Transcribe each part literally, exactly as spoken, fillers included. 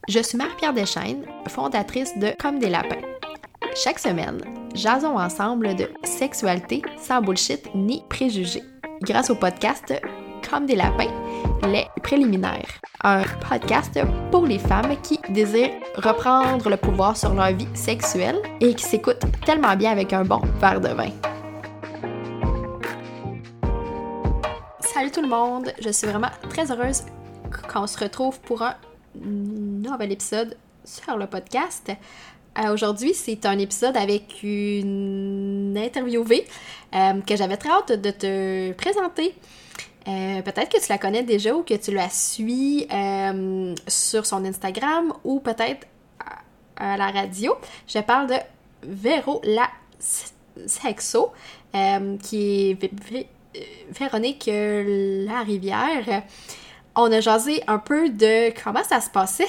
Je suis Marie-Pierre Deschaines, fondatrice de Comme des lapins. Chaque semaine, jasons ensemble de sexualité sans bullshit ni préjugés. Grâce au podcast Comme des lapins, les préliminaires. Un podcast pour les femmes qui désirent reprendre le pouvoir sur leur vie sexuelle et qui s'écoutent tellement bien avec un bon verre de vin. Salut tout le monde, je suis vraiment très heureuse qu'on se retrouve pour un nouvel épisode sur le podcast. Euh, aujourd'hui, c'est un épisode avec une interviewée euh, que j'avais très hâte de te présenter. Euh, peut-être que tu la connais déjà ou que tu la suis euh, sur son Instagram ou peut-être à, à la radio. Je parle de Véro la Sexo, euh, qui est v- v- Véronique Larivière. On a jasé un peu de comment ça se passait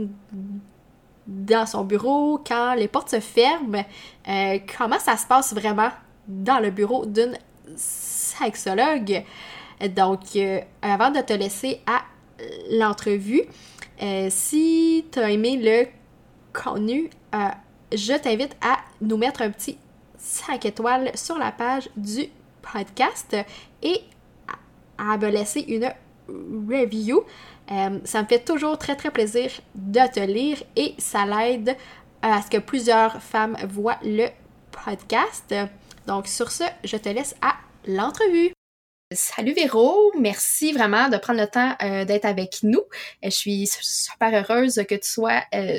dans son bureau, quand les portes se ferment, euh, comment ça se passe vraiment dans le bureau d'une sexologue. Donc, euh, avant de te laisser à l'entrevue, euh, si tu as aimé le contenu, euh, je t'invite à nous mettre un petit cinq étoiles sur la page du podcast et à, à me laisser une review. Euh, ça me fait toujours très très plaisir de te lire et ça l'aide à ce que plusieurs femmes voient le podcast. Donc sur ce, je te laisse à l'entrevue. Salut Véro, merci vraiment de prendre le temps euh, d'être avec nous. Je suis super heureuse que tu sois euh,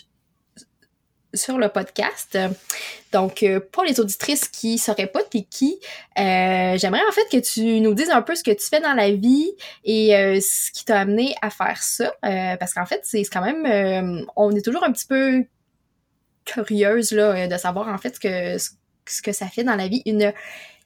sur le podcast. Donc, euh, pour les auditrices qui ne sauraient pas t'es qui, euh, j'aimerais en fait que tu nous dises un peu ce que tu fais dans la vie et euh, ce qui t'a amené à faire ça. Euh, parce qu'en fait, c'est quand même... Euh, on est toujours un petit peu curieuse là, de savoir en fait ce que, ce que ça fait dans la vie une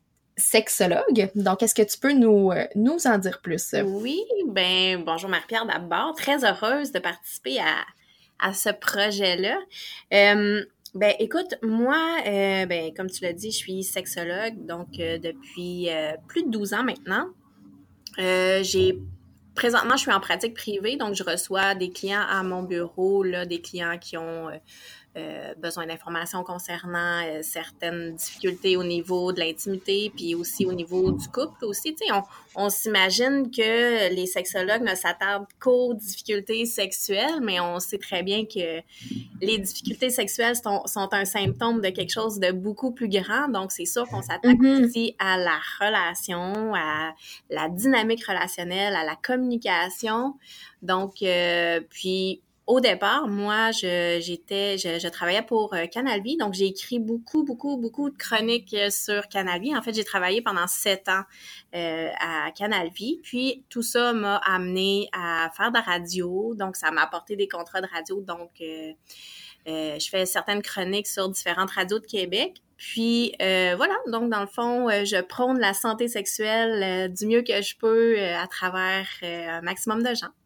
sexologue. Donc, est-ce que tu peux nous, nous en dire plus? Oui, ben bonjour Marie-Pierre d'abord. Très heureuse de participer à à ce projet-là. Euh, ben, écoute, moi, euh, ben, comme tu l'as dit, je suis sexologue, donc euh, depuis euh, plus de douze ans maintenant. Euh, j'ai Présentement, je suis en pratique privée, donc je reçois des clients à mon bureau, là, des clients qui ont euh, euh, besoin d'informations concernant euh, certaines difficultés au niveau de l'intimité, puis aussi au niveau du couple aussi. Tu sais, on, on s'imagine que les sexologues ne s'attardent qu'aux difficultés sexuelles, mais on sait très bien que les difficultés sexuelles sont, sont un symptôme de quelque chose de beaucoup plus grand. Donc, c'est sûr qu'on s'attaque mm-hmm. aussi à la relation, à la dynamique relationnelle, à la communication. Donc, euh, puis... Au départ, moi, je, j'étais, je, je travaillais pour euh, Canal Vie, donc j'ai écrit beaucoup, beaucoup, beaucoup de chroniques euh, sur Canal Vie. En fait, j'ai travaillé pendant sept ans euh, à Canal Vie, puis tout ça m'a amené à faire de la radio, donc ça m'a apporté des contrats de radio, donc euh, euh, je fais certaines chroniques sur différentes radios de Québec. Puis euh, voilà, donc dans le fond, euh, je prône la santé sexuelle euh, du mieux que je peux euh, à travers euh, un maximum de gens.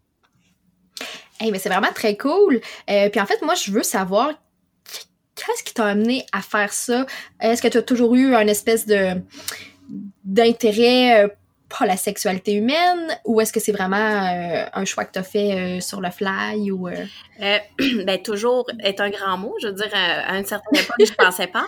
Hey, mais c'est vraiment très cool. Euh, puis en fait, moi, je veux savoir qu'est-ce qui t'a amené à faire ça? Est-ce que tu as toujours eu un espèce de d'intérêt euh, pour la sexualité humaine ou est-ce que c'est vraiment euh, un choix que tu as fait euh, sur le fly ou euh... Euh, ben toujours est un grand mot. Je veux dire, à une certaine époque, je pensais pas.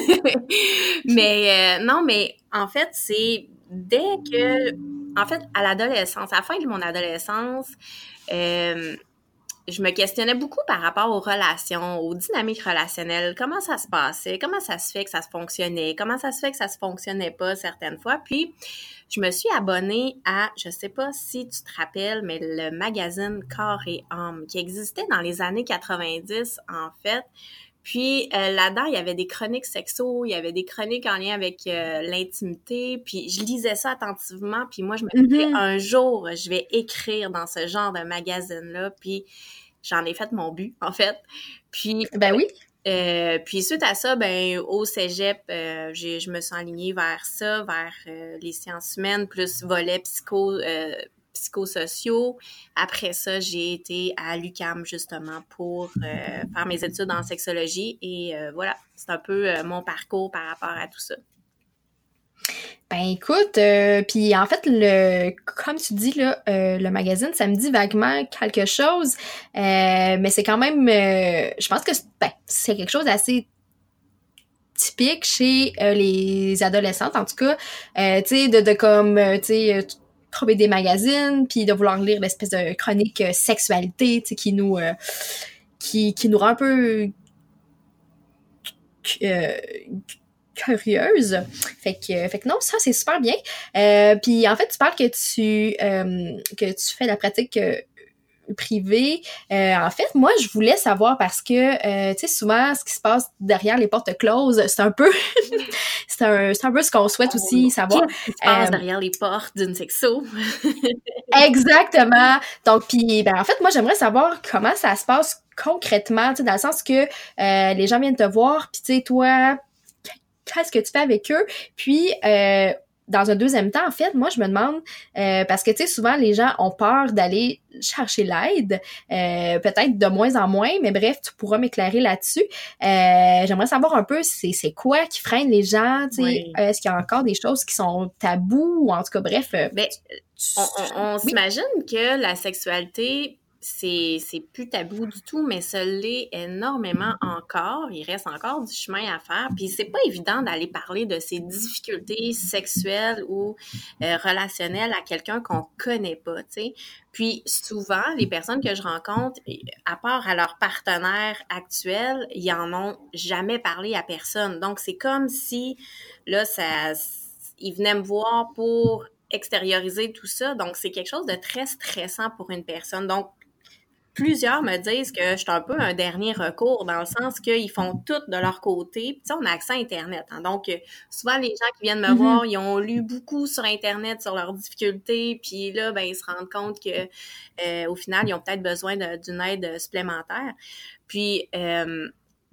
mais euh, non, mais en fait, c'est dès que, en fait, à l'adolescence, à la fin de mon adolescence, euh, je me questionnais beaucoup par rapport aux relations, aux dynamiques relationnelles, comment ça se passait, comment ça se fait que ça se fonctionnait, comment ça se fait que ça se fonctionnait pas certaines fois. Puis, je me suis abonnée à, je sais pas si tu te rappelles, mais le magazine Corps et âme, qui existait dans les années quatre-vingt-dix, en fait. Puis euh, là-dedans, il y avait des chroniques sexo, il y avait des chroniques en lien avec euh, l'intimité, puis je lisais ça attentivement, puis moi, je me disais, mm-hmm. un jour, je vais écrire dans ce genre de magazine-là, puis j'en ai fait mon but, en fait. Puis, ben oui. Euh, puis suite à ça, ben au cégep, euh, j'ai, je me suis alignée vers ça, vers euh, les sciences humaines, plus volet psycho, euh, psychosociaux. Après ça, j'ai été à l'U Q A M justement pour euh, faire mes études en sexologie et euh, voilà, c'est un peu euh, mon parcours par rapport à tout ça. Ben écoute, euh, puis en fait, le comme tu dis là, euh, le magazine, ça me dit vaguement quelque chose, euh, mais c'est quand même, euh, je pense que c'est, ben, c'est quelque chose d'assez typique chez euh, les adolescentes, en tout cas, euh, tu sais, de, de comme, euh, tu sais, euh, trouver des magazines, puis de vouloir lire l'espèce de chronique euh, sexualité, tu sais, qui nous, euh, qui, qui nous rend un peu euh, curieuse. Fait que, fait que non, ça, c'est super bien. Euh, puis en fait, tu parles que tu, euh, que tu fais la pratique euh, privée. Euh, en fait, moi, je voulais savoir parce que, euh, tu sais, souvent, ce qui se passe derrière les portes closes, c'est un peu, c'est un, c'est un peu ce qu'on souhaite aussi savoir. Qu'est-ce qui se passe Euh, derrière les portes d'une sexo? Exactement. Donc, puis, ben, en fait, moi, j'aimerais savoir comment ça se passe concrètement, tu sais, dans le sens que euh, les gens viennent te voir, puis tu sais, toi, qu'est-ce que tu fais avec eux? Puis, euh, dans un deuxième temps, en fait, moi, je me demande, euh, parce que, tu sais, souvent, les gens ont peur d'aller chercher l'aide, euh, peut-être de moins en moins, mais bref, tu pourras m'éclairer là-dessus. Euh, j'aimerais savoir un peu, c'est, c'est quoi qui freine les gens, tu sais, Oui. euh, est-ce qu'il y a encore des choses qui sont tabous, ou en tout cas, bref. Euh, Ben, on, on, on oui. s'imagine que la sexualité, c'est, c'est plus tabou du tout, mais ça l'est énormément encore. Il reste encore du chemin à faire. Puis c'est pas évident d'aller parler de ces difficultés sexuelles ou euh, relationnelles à quelqu'un qu'on connaît pas, tu sais. Puis souvent, les personnes que je rencontre, à part à leur partenaire actuel, ils en ont jamais parlé à personne. Donc c'est comme si, là, ça, ils venaient me voir pour extérioriser tout ça. Donc, c'est quelque chose de très stressant pour une personne. Donc, plusieurs me disent que je suis un peu un dernier recours dans le sens qu'ils font tout de leur côté. Puis, tu sais, on a accès à Internet. Hein. Donc, euh, souvent, les gens qui viennent me mm-hmm. voir, ils ont lu beaucoup sur Internet sur leurs difficultés. Puis là, ben, ils se rendent compte que euh, au final, ils ont peut-être besoin de, d'une aide supplémentaire. Puis, euh,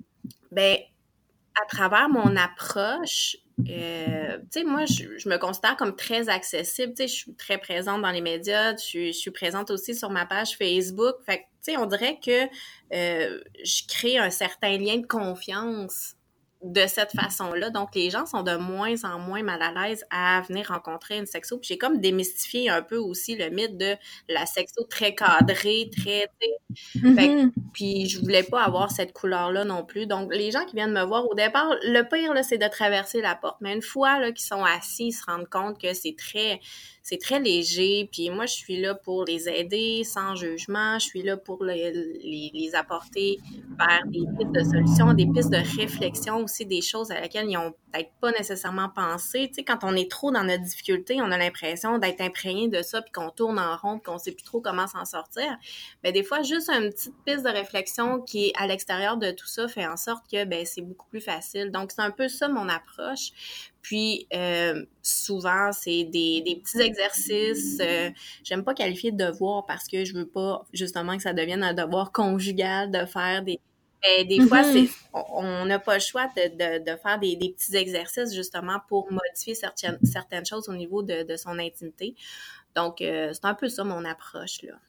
ben, à travers mon approche, Euh, tu sais, moi, je, je me considère comme très accessible. Tu sais, je suis très présente dans les médias. Je suis, je suis présente aussi sur ma page Facebook. Fait que, tu sais, on dirait que euh, je crée un certain lien de confiance de cette façon-là. Donc, les gens sont de moins en moins mal à l'aise à venir rencontrer une sexo. Puis j'ai comme démystifié un peu aussi le mythe de la sexo très cadrée, très... Mm-hmm. Fait que, puis je voulais pas avoir cette couleur-là non plus. Donc, les gens qui viennent me voir, au départ, le pire, là, c'est de traverser la porte. Mais une fois là, qu'ils sont assis, ils se rendent compte que c'est très... c'est très léger, puis moi, je suis là pour les aider sans jugement, je suis là pour le, les, les apporter vers des pistes de solutions, des pistes de réflexion aussi, des choses à laquelle ils n'ont peut-être pas nécessairement pensé. Tu sais, quand on est trop dans notre difficulté, on a l'impression d'être imprégné de ça, puis qu'on tourne en rond, puis qu'on ne sait plus trop comment s'en sortir. Mais des fois, juste une petite piste de réflexion qui est à l'extérieur de tout ça fait en sorte que ben, c'est beaucoup plus facile. Donc, c'est un peu ça mon approche. Puis, euh, souvent, c'est des, des petits exercices. Euh, j'aime pas qualifier de devoir parce que je veux pas, justement, que ça devienne un devoir conjugal de faire des... Mais des mm-hmm. fois, c'est, on n'a pas le choix de, de, de faire des, des petits exercices, justement, pour modifier certaines, certaines choses au niveau de, de son intimité. Donc, euh, c'est un peu ça, mon approche, là.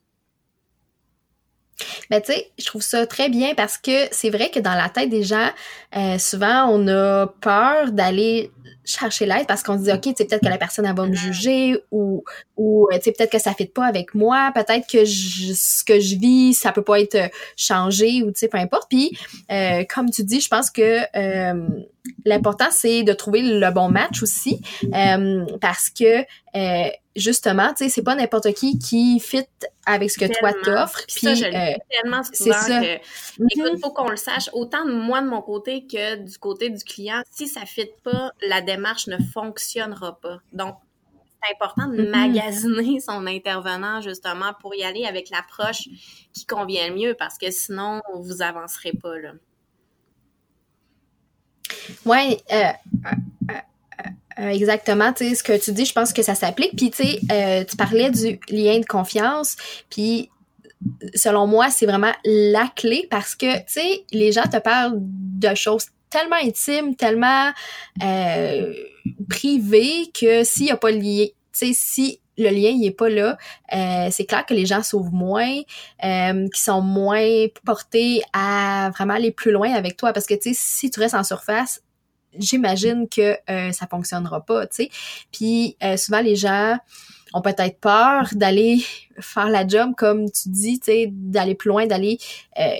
Ben tu sais, je trouve ça très bien parce que c'est vrai que dans la tête des gens, euh, souvent on a peur d'aller chercher l'aide parce qu'on se dit ok, tu sais peut-être que la personne elle va me juger ou ou tu sais peut-être que ça fit pas avec moi, peut-être que je, ce que je vis ça peut pas être changé ou tu sais peu importe. Puis euh, comme tu dis, je pense que euh, l'important c'est de trouver le bon match aussi euh, parce que euh, justement, tu sais, c'est pas n'importe qui qui fit avec ce que tellement. Toi t'offres. Puis ça, je le dis euh, tellement souvent c'est ça. que, écoute, faut qu'on le sache, autant de moi de mon côté que du côté du client. Si ça fit pas, la démarche ne fonctionnera pas. Donc, c'est important de mm-hmm. magasiner son intervenant, justement, pour y aller avec l'approche qui convient le mieux, parce que sinon, vous avancerez pas, là. Ouais, euh, euh, euh, Euh, exactement, tu sais, ce que tu dis, je pense que ça s'applique. Puis, tu sais, euh, tu parlais du lien de confiance. Puis, selon moi, c'est vraiment la clé parce que, tu sais, les gens te parlent de choses tellement intimes, tellement euh, privées que s'il n'y a pas le lien, tu sais, si le lien il est pas là, euh, c'est clair que les gens s'ouvrent moins, euh, qui sont moins portés à vraiment aller plus loin avec toi parce que, tu sais, si tu restes en surface, j'imagine que euh, ça fonctionnera pas, tu sais. Puis euh, souvent les gens ont peut-être peur d'aller faire la job, comme tu dis, tu sais, d'aller plus loin, d'aller euh,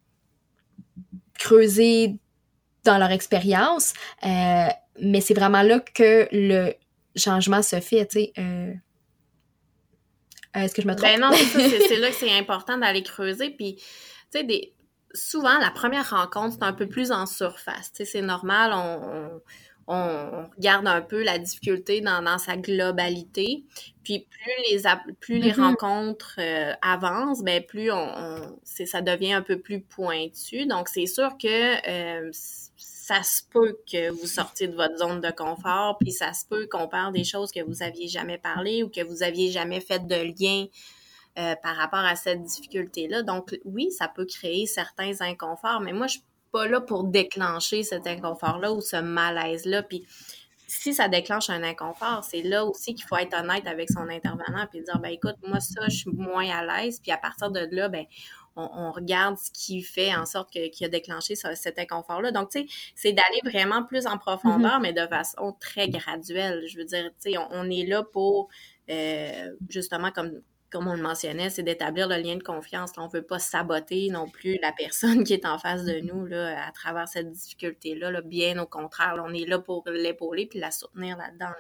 creuser dans leur expérience, euh, mais c'est vraiment là que le changement se fait, tu sais. Euh, est-ce que je me trompe? Ben non, c'est ça, c'est, c'est là que c'est important d'aller creuser, puis, tu sais, des... souvent, la première rencontre, c'est un peu plus en surface, tu sais, c'est normal, on, on, on regarde un peu la difficulté dans, dans sa globalité, puis plus les, plus les Mm-hmm. rencontres euh, avancent, ben plus on, on c'est, ça devient un peu plus pointu, donc c'est sûr que euh, ça se peut que vous sortiez de votre zone de confort, puis ça se peut qu'on parle des choses que vous aviez jamais parlé ou que vous aviez jamais fait de lien euh, par rapport à cette difficulté-là. Donc, oui, ça peut créer certains inconforts, mais moi, je suis pas là pour déclencher cet inconfort-là ou ce malaise-là. Puis, si ça déclenche un inconfort, c'est là aussi qu'il faut être honnête avec son intervenant puis dire, ben écoute, moi, ça, je suis moins à l'aise. Puis, à partir de là, ben on, on regarde ce qui fait en sorte que, qui a déclenché ça, cet inconfort-là. Donc, tu sais, c'est d'aller vraiment plus en profondeur, mm-hmm. mais de façon très graduelle. Je veux dire, tu sais, on, on est là pour, euh, justement, comme comme on le mentionnait, c'est d'établir le lien de confiance. Là, on ne veut pas saboter non plus la personne qui est en face de nous là, à travers cette difficulté-là. Là. Bien au contraire, là, on est là pour l'épauler puis la soutenir là-dedans.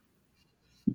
Là.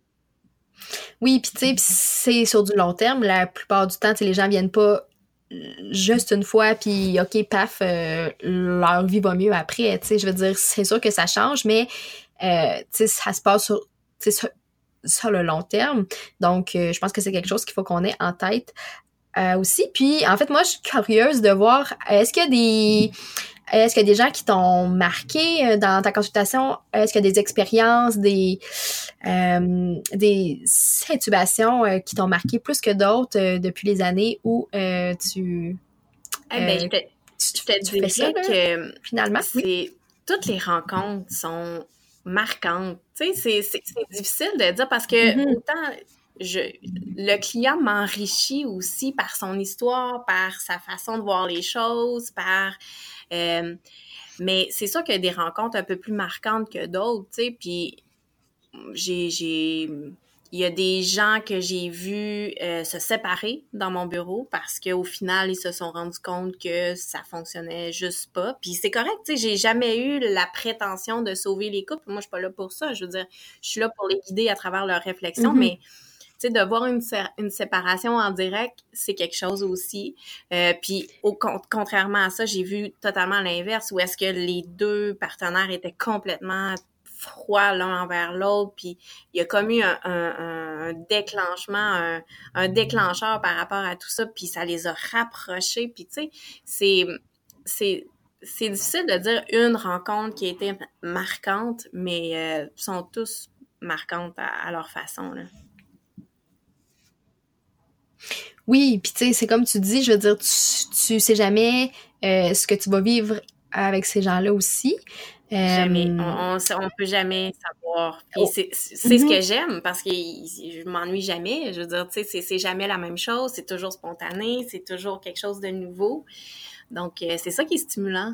Oui, puis tu sais, c'est sur du long terme. La plupart du temps, les gens viennent pas juste une fois, puis OK, paf, euh, leur vie va mieux après. Tu sais, je veux dire, c'est sûr que ça change, mais euh, tu sais, ça se passe sur, tu sais, sur, sur le long terme. Donc, euh, je pense que c'est quelque chose qu'il faut qu'on ait en tête euh, aussi. Puis, en fait, moi, je suis curieuse de voir, est-ce qu'il y a des... Est-ce qu'il y a des gens qui t'ont marqué dans ta consultation? Est-ce qu'il y a des expériences, des, euh, des intubations euh, qui t'ont marqué plus que d'autres euh, depuis les années où euh, tu, euh, eh ben, je te, tu, je te tu dirais ça, que finalement, c'est, oui. Toutes les rencontres sont marquantes. Tu sais, c'est, c'est, c'est difficile de dire parce que mm-hmm. autant... Je, le client m'enrichit aussi par son histoire, par sa façon de voir les choses, par... Euh, mais c'est sûr qu'il y a des rencontres un peu plus marquantes que d'autres, tu sais, puis j'ai... j'ai il y a des gens que j'ai vus euh, se séparer dans mon bureau parce qu'au final, ils se sont rendus compte que ça fonctionnait juste pas. Puis c'est correct, tu sais, j'ai jamais eu la prétention de sauver les couples. Moi, je suis pas là pour ça. Je veux dire, je suis là pour les guider à travers leurs réflexions, mm-hmm. mais... Tu sais, de voir une, une séparation en direct, c'est quelque chose aussi. Euh, puis, au, contrairement à ça, j'ai vu totalement l'inverse, où est-ce que les deux partenaires étaient complètement froids l'un envers l'autre, puis il y a comme eu un, un, un déclenchement, un, un déclencheur par rapport à tout ça, puis ça les a rapprochés. Puis, tu sais, c'est, c'est, c'est difficile de dire une rencontre qui a été marquante, mais euh, sont tous marquantes à, à leur façon, là. Oui, puis tu sais, c'est comme tu dis, je veux dire, tu, tu sais jamais euh, ce que tu vas vivre avec ces gens-là aussi. Jamais. Euh... On, on, on peut jamais savoir. Puis oh. c'est, c'est mm-hmm. ce que j'aime parce que je m'ennuie jamais. Je veux dire, tu sais, c'est, c'est jamais la même chose. C'est toujours spontané. C'est toujours quelque chose de nouveau. Donc, euh, c'est ça qui est stimulant.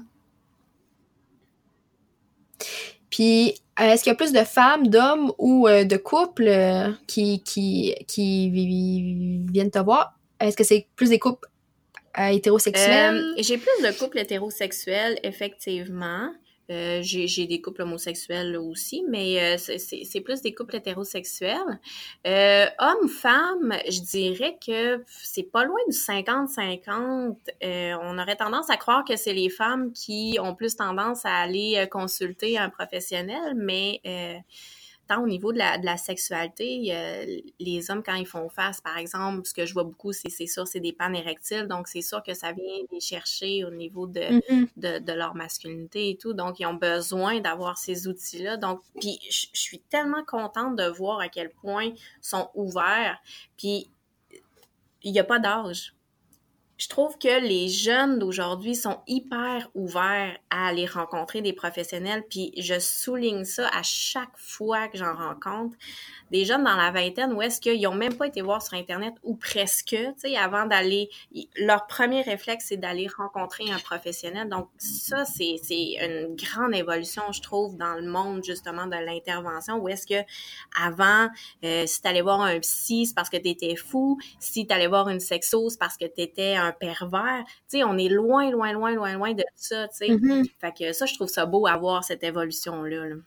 Puis, est-ce qu'il y a plus de femmes, d'hommes ou euh, de couples euh, qui, qui, qui viennent te voir? Est-ce que c'est plus des couples euh, hétérosexuels? Euh, j'ai plus de couples hétérosexuels, effectivement. Euh, j'ai, j'ai des couples homosexuels aussi, mais euh, c'est, c'est, c'est plus des couples hétérosexuels. Euh, hommes-femmes, je dirais que c'est pas loin du cinquante cinquante. Euh, on aurait tendance à croire que c'est les femmes qui ont plus tendance à aller consulter un professionnel, mais... Euh, tant au niveau de la, de la sexualité, euh, les hommes, quand ils font face, par exemple, ce que je vois beaucoup, c'est, c'est sûr, c'est des pannes érectiles. Donc, c'est sûr que ça vient les chercher au niveau de, mm-hmm. de, de leur masculinité et tout. Donc, ils ont besoin d'avoir ces outils-là. Donc, puis, je, je suis tellement contente de voir à quel point ils sont ouverts. Puis, il n'y a pas d'âge. je trouve que les jeunes d'aujourd'hui sont hyper ouverts à aller rencontrer des professionnels, puis je souligne ça à chaque fois que j'en rencontre. Des jeunes dans la vingtaine où est-ce qu'ils n'ont même pas été voir sur Internet ou presque, tu sais, avant d'aller... Leur premier réflexe, c'est d'aller rencontrer un professionnel. Donc ça, c'est, c'est une grande évolution, je trouve, dans le monde, justement, de l'intervention, où est-ce que avant, euh, si tu allais voir un psy, c'est parce que tu étais fou. Si tu allais voir une sexo, c'est parce que tu étais un pervers. Tu sais, on est loin, loin, loin, loin, loin de ça, tu sais. Mm-hmm. Fait que ça, je trouve ça beau à voir, cette évolution-là, là.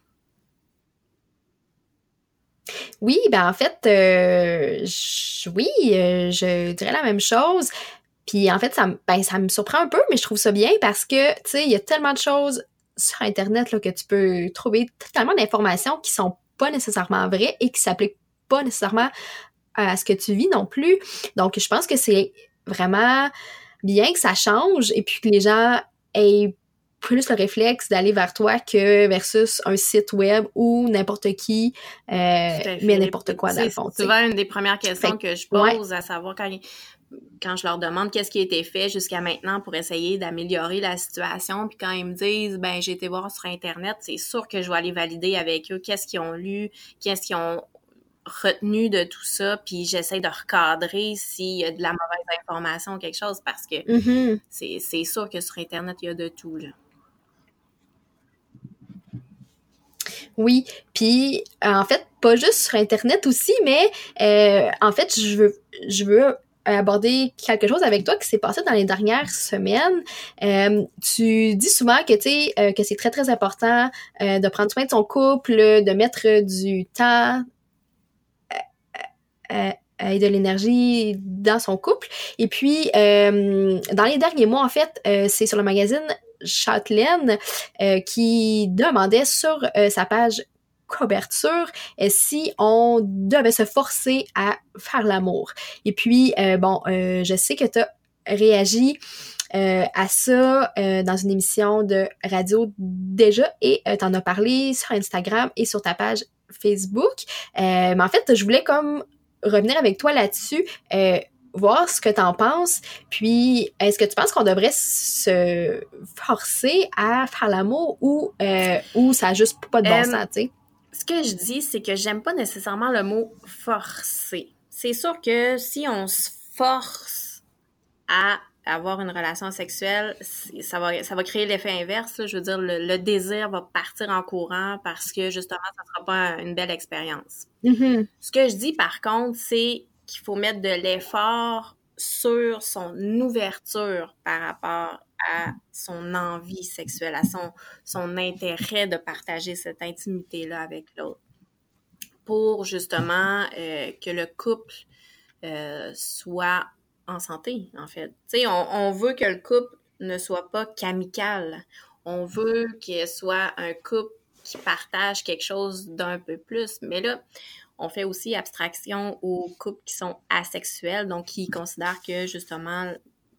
Oui, ben en fait, euh, je- oui, euh, je dirais la même chose. Puis en fait, ça me, ben, ça me surprend un peu, mais je trouve ça bien parce que, tu sais, il y a tellement de choses sur Internet là, que tu peux trouver tellement d'informations qui sont pas nécessairement vraies et qui s'appliquent pas nécessairement à ce que tu vis non plus. Donc, je pense que c'est vraiment bien que ça change et puis que les gens aient plus le réflexe d'aller vers toi que versus un site web ou n'importe qui euh, met n'importe quoi dans le fond. C'est souvent une des premières questions fait, que je pose, ouais. À savoir quand, quand je leur demande qu'est-ce qui a été fait jusqu'à maintenant pour essayer d'améliorer la situation, puis quand ils me disent, ben j'ai été voir sur Internet, c'est sûr que je vais aller valider avec eux qu'est-ce qu'ils ont lu, qu'est-ce qu'ils ont retenu de tout ça, puis j'essaie de recadrer s'il y a de la mauvaise information ou quelque chose, parce que mm-hmm. c'est, c'est sûr que sur Internet, il y a de tout, là. Oui, puis en fait, pas juste sur Internet aussi, mais euh, en fait, je veux, je veux aborder quelque chose avec toi qui s'est passé dans les dernières semaines. Euh, tu dis souvent que tu sais euh, que c'est très très important euh, de prendre soin de son couple, de mettre du temps euh, euh, et de l'énergie dans son couple. Et puis, euh, dans les derniers mois, en fait, euh, c'est sur le magazine Châtelaine euh, qui demandait sur euh, sa page couverture euh, si on devait se forcer à faire l'amour. Et puis, euh, bon, euh, je sais que tu as réagi euh, à ça euh, dans une émission de radio déjà et euh, t'en as parlé sur Instagram et sur ta page Facebook. Euh, mais en fait, je voulais comme revenir avec toi là-dessus, euh, voir ce que t'en penses, puis est-ce que tu penses qu'on devrait se forcer à faire l'amour ou, euh, ou ça n'a juste pas de bon euh, sens, tu sais? Ce que je dis, c'est que j'aime pas nécessairement le mot « forcer ». C'est sûr que si on se force à avoir une relation sexuelle, ça va, ça va créer l'effet inverse. Là. Je veux dire, le, le désir va partir en courant parce que, justement, ça ne sera pas une belle expérience. Mm-hmm. Ce que je dis, par contre, c'est qu'il faut mettre de l'effort sur son ouverture par rapport à son envie sexuelle, à son, son intérêt de partager cette intimité-là avec l'autre. Pour, justement, euh, que le couple euh, soit en santé, en fait. Tu sais, on, on veut que le couple ne soit pas qu'amical. On veut qu'il soit un couple qui partage quelque chose d'un peu plus. Mais là, on fait aussi abstraction aux couples qui sont asexuels, donc qui considèrent que, justement,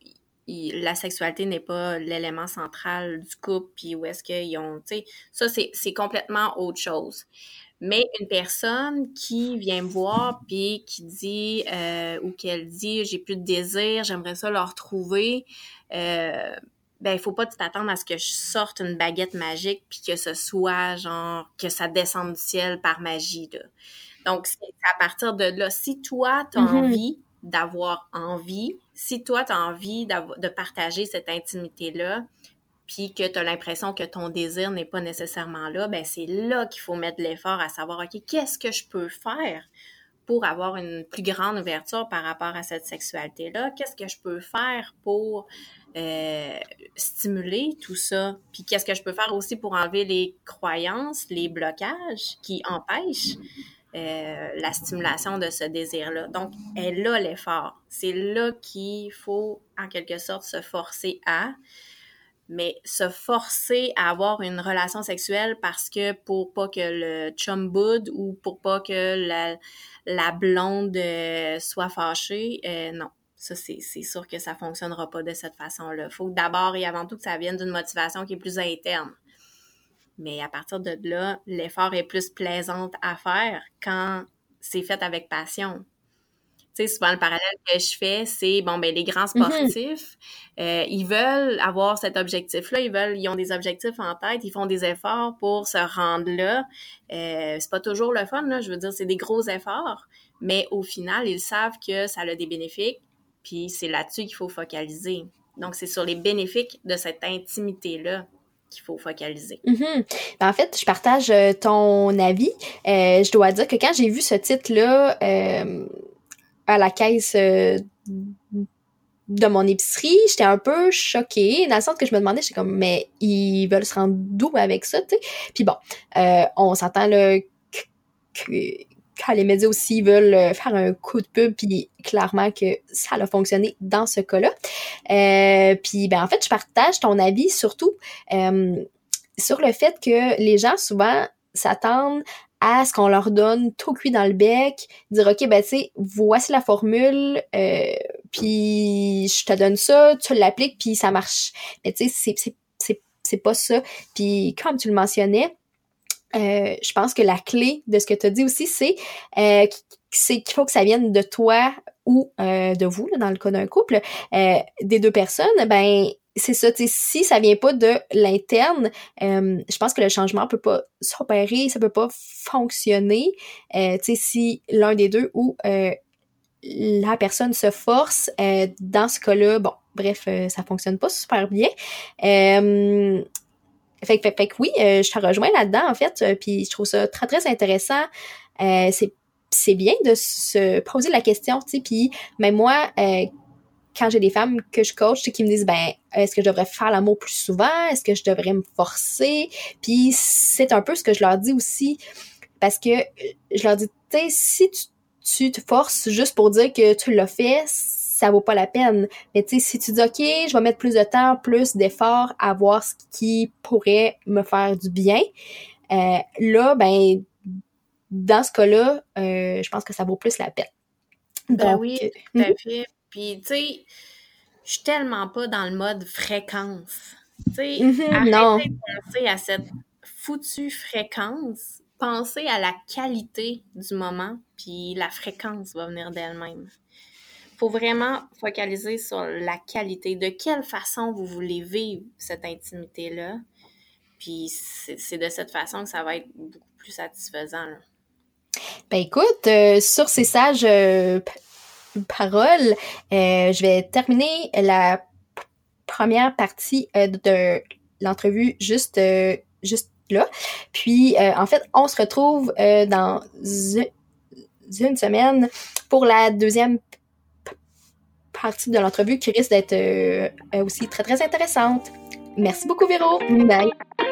il, la sexualité n'est pas l'élément central du couple, puis où est-ce qu'ils ont... Tu sais, ça, c'est, c'est complètement autre chose. Mais une personne qui vient me voir puis qui dit euh, ou qu'elle dit j'ai plus de désir, j'aimerais ça le retrouver, euh, ben il faut pas t'attendre à ce que je sorte une baguette magique puis que ce soit genre que ça descende du ciel par magie là. Donc c'est à partir de là, si toi tu as mm-hmm. envie d'avoir envie, si toi tu as envie de partager cette intimité là, puis que tu as l'impression que ton désir n'est pas nécessairement là, ben c'est là qu'il faut mettre l'effort à savoir, OK, qu'est-ce que je peux faire pour avoir une plus grande ouverture par rapport à cette sexualité-là? Qu'est-ce que je peux faire pour euh, stimuler tout ça? Puis qu'est-ce que je peux faire aussi pour enlever les croyances, les blocages qui empêchent euh, la stimulation de ce désir-là? Donc, est là l'effort. C'est là qu'il faut, en quelque sorte, se forcer à... Mais se forcer à avoir une relation sexuelle parce que pour pas que le chum boude ou pour pas que la, la blonde euh, soit fâchée, euh, non. Ça, c'est, c'est sûr que ça fonctionnera pas de cette façon-là. Il faut d'abord et avant tout que ça vienne d'une motivation qui est plus interne. Mais à partir de là, l'effort est plus plaisant à faire quand c'est fait avec passion. Tu sais, souvent, le parallèle que je fais, c'est, bon, ben les grands sportifs, mm-hmm. euh, ils veulent avoir cet objectif-là, ils veulent, ils ont des objectifs en tête, ils font des efforts pour se rendre là. Euh, c'est pas toujours le fun, là, je veux dire, c'est des gros efforts, mais au final, ils savent que ça a des bénéfices, puis c'est là-dessus qu'il faut focaliser. Donc, c'est sur les bénéfices de cette intimité-là qu'il faut focaliser. Mm-hmm. En fait, je partage euh, ton avis. Euh, je dois dire que quand j'ai vu ce titre-là euh, à la caisse euh, de mon épicerie, j'étais un peu choquée, dans le sens que je me demandais, j'étais comme, mais ils veulent se rendre d'où avec ça, tu sais? Puis bon, euh, on s'entend là que, que quand les médias aussi veulent faire un coup de pub, puis clairement que ça a fonctionné dans ce cas-là. Euh, puis ben en fait, je partage ton avis surtout euh, sur le fait que les gens souvent s'attendent à ce qu'on leur donne tout cuit dans le bec, dire ok ben tu sais voici la formule, euh, puis je te donne ça, tu l'appliques puis ça marche. Mais tu sais c'est c'est c'est c'est pas ça. Puis comme tu le mentionnais. Euh, je pense que la clé de ce que tu as dit aussi, c'est, euh, c'est qu'il faut que ça vienne de toi ou euh, de vous, là, dans le cas d'un couple, euh, des deux personnes, ben c'est ça, tu sais, si ça vient pas de l'interne, euh, je pense que le changement peut pas s'opérer, ça peut pas fonctionner, euh, tu sais, si l'un des deux ou euh, la personne se force, euh, dans ce cas-là, bon, bref, euh, ça fonctionne pas super bien. Euh, Fait, fait, fait que oui, euh, je te rejoins là-dedans, en fait, euh, puis je trouve ça très, très intéressant. Euh, c'est, c'est bien de se poser la question, tu sais, puis même moi, euh, quand j'ai des femmes que je coach, tu sais, qui me disent, ben, est-ce que je devrais faire l'amour plus souvent? Est-ce que je devrais me forcer? Puis c'est un peu ce que je leur dis aussi, parce que je leur dis, tu sais, si tu, tu te forces juste pour dire que tu l'as fait, ça vaut pas la peine. Mais tu sais, si tu dis, OK, je vais mettre plus de temps, plus d'efforts à voir ce qui pourrait me faire du bien, euh, là, ben, dans ce cas-là, euh, je pense que ça vaut plus la peine. Donc, ben oui, tout à fait. Puis, tu sais, je suis tellement pas dans le mode fréquence. Tu sais, mm-hmm, arrêtez de penser à cette foutue fréquence. Pensez à la qualité du moment, puis la fréquence va venir d'elle-même. Faut vraiment focaliser sur la qualité. De quelle façon vous voulez vivre cette intimité-là. Puis c'est, c'est de cette façon que ça va être beaucoup plus satisfaisant. Là. Ben écoute, euh, sur ces sages euh, p- paroles, euh, je vais terminer la p- première partie euh, de l'entrevue juste, euh, juste là. Puis euh, en fait, on se retrouve euh, dans une semaine pour la deuxième partie de l'entrevue qui risque d'être euh, aussi très, très intéressante. Merci beaucoup, Véro. Bye.